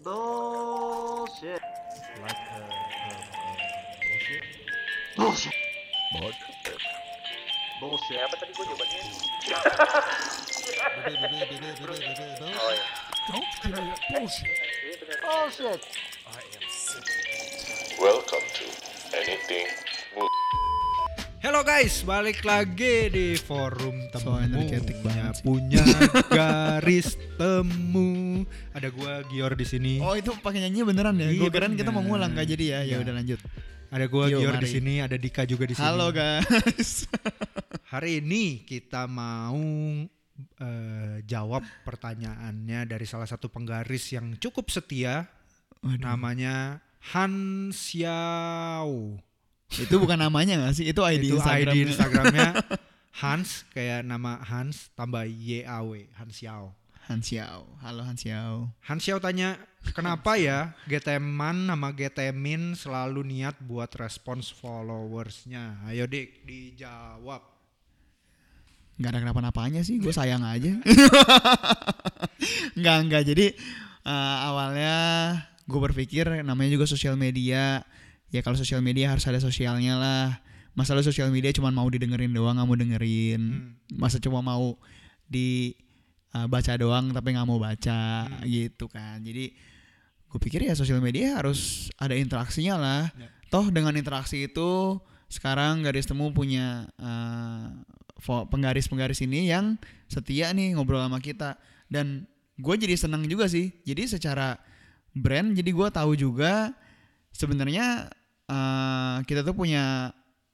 Bullshit. Like bullshit. Bullshit. Bot. Bullshit. Apa tadi gue jawabannya? Oh iya. Don't give me that bullshit. Iya benar. Bullshit. I am sick. Welcome to Anything Halo guys, balik lagi di forum So temu energetic banget sih. punya garis temu. Ada gua Gior di sini. Oh itu pakai nyanyi beneran ya? Iya, Gue kirain kita mau bener. ngulang nggak jadi ya? Ya Iya. udah lanjut. Ada gua Yo, Gior di mari. sini, ada Dika juga di sini. Halo guys. Hari ini kita mau jawab pertanyaannya dari salah satu penggaris yang cukup setia. Namanya Han Xiao. Itu bukan namanya nggak sih? Itu ID Itu Instagramnya. ID Instagramnya Hans, kayak nama Hans tambah YAW, Han Xiao. Han Xiao. Halo Han Xiao. Han Xiao tanya, kenapa ya GTMan sama GTMin selalu niat buat respons followersnya? Ayo Dik, dijawab. Nggak ada kenapa-napanya sih. Gue sayang aja. Nggak. Jadi awalnya gue berpikir namanya juga sosial media. Ya kalau sosial media harus ada sosialnya lah. Masalah sosial media cuma mau didengerin doang, nggak mau dengerin. Masa cuma mau baca doang tapi nggak mau baca gitu kan. Jadi gue pikir ya sosial media harus ada interaksinya lah. Ya. Toh dengan interaksi itu sekarang Garis Temu punya penggaris-penggaris ini yang setia nih ngobrol sama kita. Dan gue jadi senang juga sih. Jadi secara brand jadi gue tahu juga sebenarnya kita tuh punya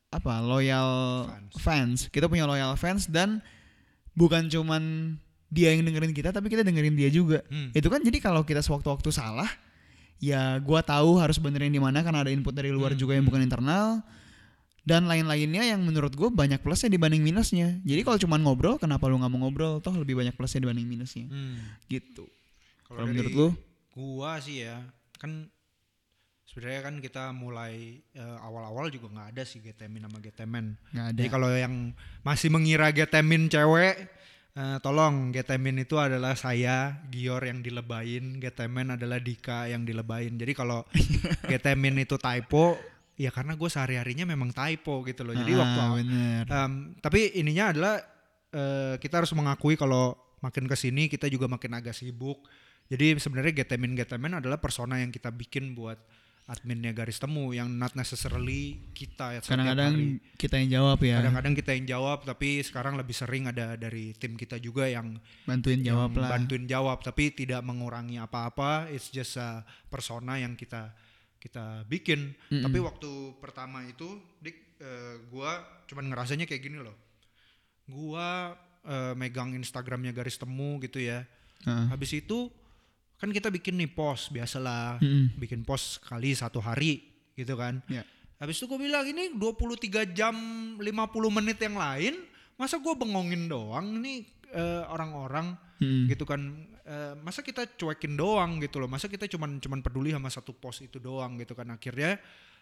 loyal fans. Kita punya loyal fans dan bukan cuman dia yang dengerin kita tapi kita dengerin dia juga. Itu kan jadi kalau kita sewaktu-waktu salah ya gua tahu harus benerin di mana karena ada input dari luar juga yang bukan internal dan lain-lainnya yang menurut gua banyak plusnya dibanding minusnya. Jadi kalau cuman ngobrol kenapa lu nggak mau ngobrol, toh lebih banyak plusnya dibanding minusnya. Gitu. Kalau dari menurut lu? Gua sih ya, kan sebenarnya kan kita mulai awal-awal juga nggak ada sih GTMin sama GTMen. Nggak ada. Jadi kalau yang masih mengira GTMin cewek, tolong GTMin itu adalah saya Gior yang dilebayin, GTMen adalah Dika yang dilebayin. Jadi kalau GTMin itu typo, ya karena gue sehari-harinya memang typo gitu loh. Jadi bener. tapi ininya adalah kita harus mengakui kalau makin kesini kita juga makin agak sibuk. Jadi sebenarnya GTMin adalah persona yang kita bikin buat adminnya Garis Temu yang not necessarily kita ya setiap Kadang-kadang hari. kita yang jawab ya. Kadang-kadang kita yang jawab, tapi sekarang lebih sering ada dari tim kita juga yang Bantuin jawab lah. bantuin jawab, tapi tidak mengurangi apa-apa. It's just a persona yang kita bikin. Tapi waktu pertama itu, Dik, gua cuman ngerasanya kayak gini loh. Gua megang Instagramnya Garis Temu gitu ya. Habis itu kan kita bikin nih post biasalah, bikin post sekali satu hari gitu kan. Ya. Habis itu gue bilang ini 23 jam 50 menit yang lain, masa gue bengongin doang nih orang-orang gitu kan. Masa kita cuekin doang gitu loh, masa kita cuman peduli sama satu post itu doang gitu kan. Akhirnya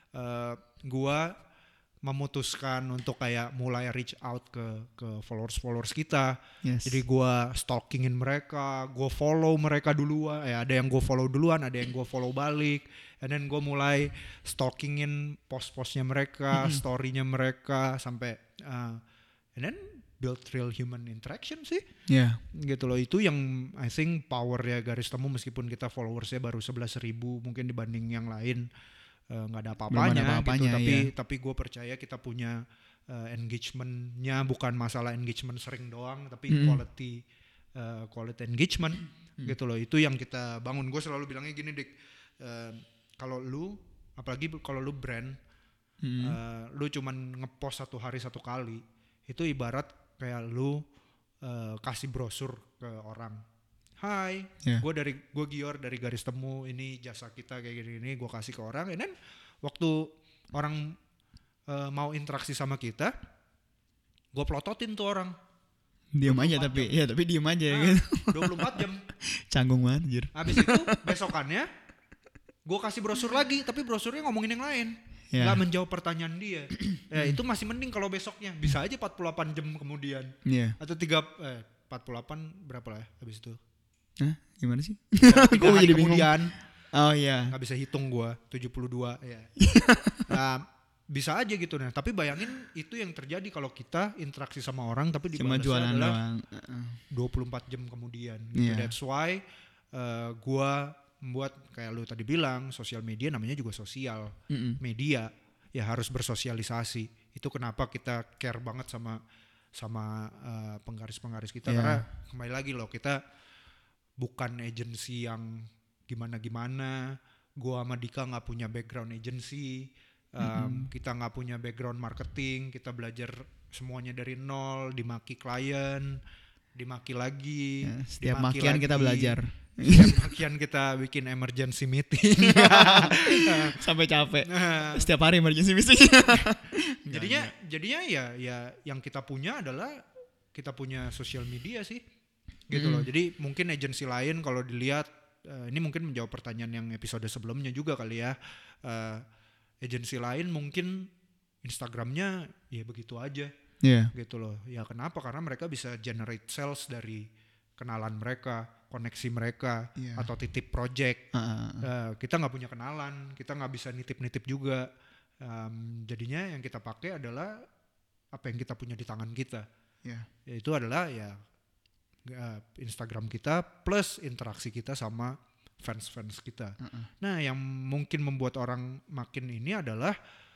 gue memutuskan untuk kayak mulai reach out ke followers kita. Yes. Jadi gue stalkingin mereka, gue follow mereka duluan. Ada yang gue follow duluan, ada yang gue follow balik. And then gue mulai stalkingin post-postnya mereka, storynya mereka sampai and then build real human interaction sih. Ya. Gitu loh, itu yang I think power ya Garis Temu meskipun kita followersnya baru 11.000 mungkin dibanding yang lain. Nggak ada apa-apanya gitu, tapi gue percaya kita punya engagementnya bukan masalah engagement sering doang tapi quality engagement gitu loh. Itu yang kita bangun. Gue selalu bilangnya gini Dik, kalau lu apalagi kalau lu brand lu cuman ngepost satu hari satu kali, itu ibarat kayak lu kasih brosur ke orang. Hai, gue Gior dari Garis Temu, ini jasa kita kayak gini, gue kasih ke orang. And then waktu orang mau interaksi sama kita, gue plototin tuh orang. Diam aja tapi diem aja gitu. 24 jam. Canggung banget anjir. Habis itu besokannya gue kasih brosur lagi, tapi brosurnya ngomongin yang lain. Ya. Gak menjawab pertanyaan dia. Itu masih mending kalau besoknya. Bisa aja 48 jam kemudian. Iya. Atau 48 berapa lah ya habis itu. Hah? Gimana sih? 3 Gua hari jadi bingung. kemudian Oh iya. Nggak bisa hitung gue 72 ya. Nah, bisa aja gitu. Nah tapi bayangin itu yang terjadi kalau kita interaksi sama orang tapi Cuma dibalasnya jualan adalah doang. 24 jam kemudian gitu. Iya. That's why gua membuat kayak lu tadi bilang, sosial media namanya juga sosial media, ya harus bersosialisasi. Itu kenapa kita care banget sama penggaris-penggaris kita. Iya. Karena kembali lagi loh, kita bukan agensi yang gimana-gimana. Gua sama Dika nggak punya background agency. Kita nggak punya background marketing, kita belajar semuanya dari nol, dimaki klien, dimaki lagi, Ya, setiap dimaki makian lagi. kita belajar. Setiap makian kita bikin emergency meeting. Sampai capek. Nah, Setiap hari emergency meeting. jadinya ya yang kita punya adalah kita punya sosial media sih, gitu loh. Jadi mungkin agensi lain kalau dilihat, ini mungkin menjawab pertanyaan yang episode sebelumnya juga kali ya. Agensi lain mungkin Instagramnya ya begitu aja, gitu loh. Ya kenapa? Karena mereka bisa generate sales dari kenalan mereka, koneksi mereka, atau titip project. Kita nggak punya kenalan, kita nggak bisa nitip-nitip juga. Jadinya yang kita pakai adalah apa yang kita punya di tangan kita. Itu adalah ya Instagram kita plus interaksi kita sama fans-fans kita. Nah, yang mungkin membuat orang makin ini adalah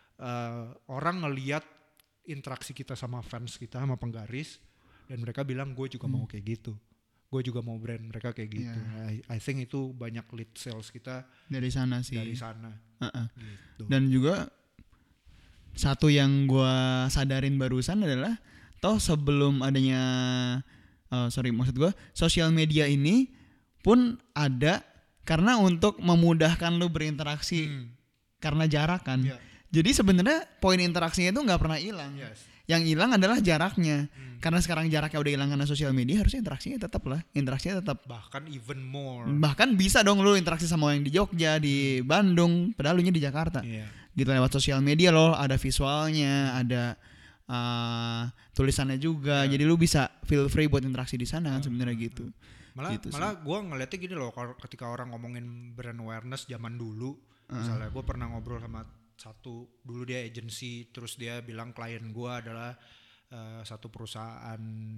orang ngelihat interaksi kita sama fans kita, sama penggaris, dan mereka bilang gue juga mau kayak gitu. Gue juga mau brand mereka kayak gitu. I think itu banyak lead sales kita Dari sana sih. dari sana. Gitu. Dan juga satu yang gue sadarin barusan adalah toh sebelum adanya maksud gue sosial media ini pun ada karena untuk memudahkan lu berinteraksi karena jarak kan. Jadi sebenarnya poin interaksinya itu nggak pernah hilang. Yang hilang adalah jaraknya. Karena sekarang jaraknya udah hilang karena sosial media, harusnya interaksinya tetap lah. Interaksinya tetap. Bahkan even more. Bahkan bisa dong lu interaksi sama yang di Jogja, di Bandung, padahal lu nya di Jakarta. Gitu lewat sosial media loh, ada visualnya, ada tulisannya juga. Jadi lu bisa feel free buat interaksi di sana kan sebenarnya gitu. Malah gitu gue ngeliatnya gini loh, ketika orang ngomongin brand awareness zaman dulu, misalnya gue pernah ngobrol sama satu, dulu dia agency, terus dia bilang klien gue adalah satu perusahaan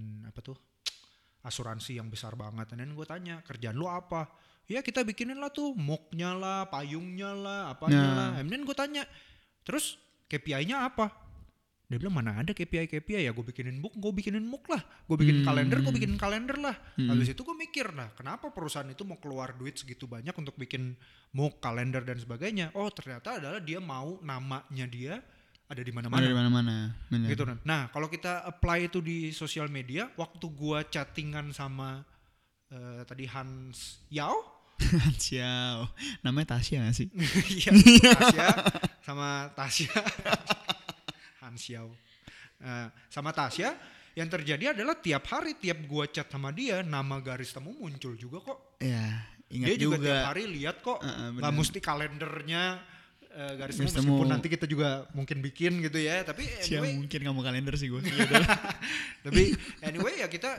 asuransi yang besar banget. Dan gue tanya, kerjaan lu apa? Ya kita bikinin lah tuh MOOC-nya lah, payungnya lah, apanya lah. Kemudian gue tanya, terus KPI-nya apa? Dia bilang mana ada KPI ya, gue bikinin MOOC lah, gue bikin kalender lah. Habis itu gue mikir, nah kenapa perusahaan itu mau keluar duit segitu banyak untuk bikin MOOC, kalender dan sebagainya? Oh ternyata adalah dia mau namanya dia ada di mana-mana. Ada di mana-mana. Gitu. Nah kalau kita apply itu di sosial media, waktu gue chattingan sama tadi Hans Yao. Ciao. Namanya Tasya gak sih? Iya, Tasya sama Tasya. Hans Yao. Sama Tasya, yang terjadi adalah tiap hari, tiap gua chat sama dia, nama garis temu muncul juga kok. Iya, ingat dia juga tiap juga. hari lihat kok. Gak bener. mesti kalendernya garis temu, Garis temu. meskipun nanti kita juga mungkin bikin gitu ya. Tapi anyway, Mungkin kamu kalender sih gue. tapi anyway ya kita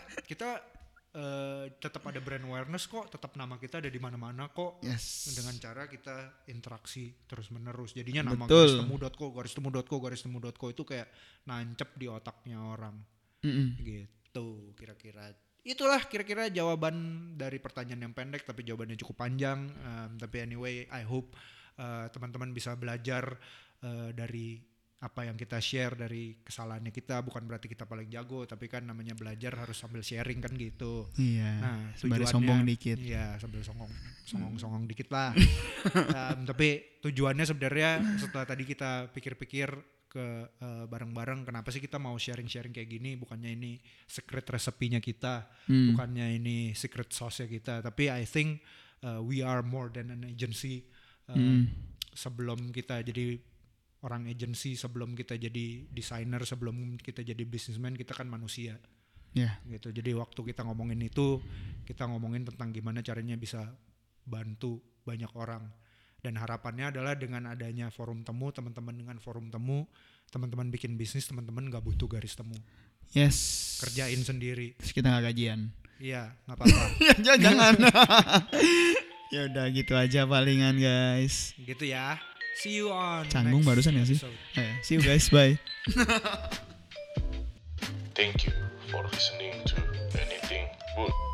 tetap ada brand awareness kok, tetap nama kita ada di mana-mana kok. Yes. Dengan cara kita interaksi terus menerus. Jadinya nama Betul. garistemu.co itu kayak nancep di otaknya orang. Gitu kira-kira. Itulah kira-kira jawaban dari pertanyaan yang pendek tapi jawabannya cukup panjang. Tapi anyway, I hope teman-teman bisa belajar dari apa yang kita share, dari kesalahannya kita. Bukan berarti kita paling jago, tapi kan namanya belajar harus sambil sharing kan gitu. Iya. Nah, Sembari tujuannya- sombong dikit. Iya, sambil songong dikit lah. Tapi tujuannya sebenarnya setelah tadi kita pikir-pikir ke bareng-bareng, kenapa sih kita mau sharing-sharing kayak gini? Bukannya ini secret resepinya kita, bukannya ini secret sauce-nya kita. Tapi I think we are more than an agency. Sebelum kita jadi orang agency, sebelum kita jadi desainer, sebelum kita jadi businessman, kita kan manusia. Gitu. Jadi waktu kita ngomongin itu, kita ngomongin tentang gimana caranya bisa bantu banyak orang. Dan harapannya adalah dengan adanya forum temu, teman-teman dengan forum temu, teman-teman bikin bisnis, teman-teman gak butuh garis temu. Yes. Kerjain sendiri. Terus kita gak gajian. Iya, gak apa-apa. Jangan. Ya udah gitu aja palingan guys. Gitu ya. See you on Canggung next barusan ya sih. episode. See you guys, bye. Thank you for listening to Anything Wood.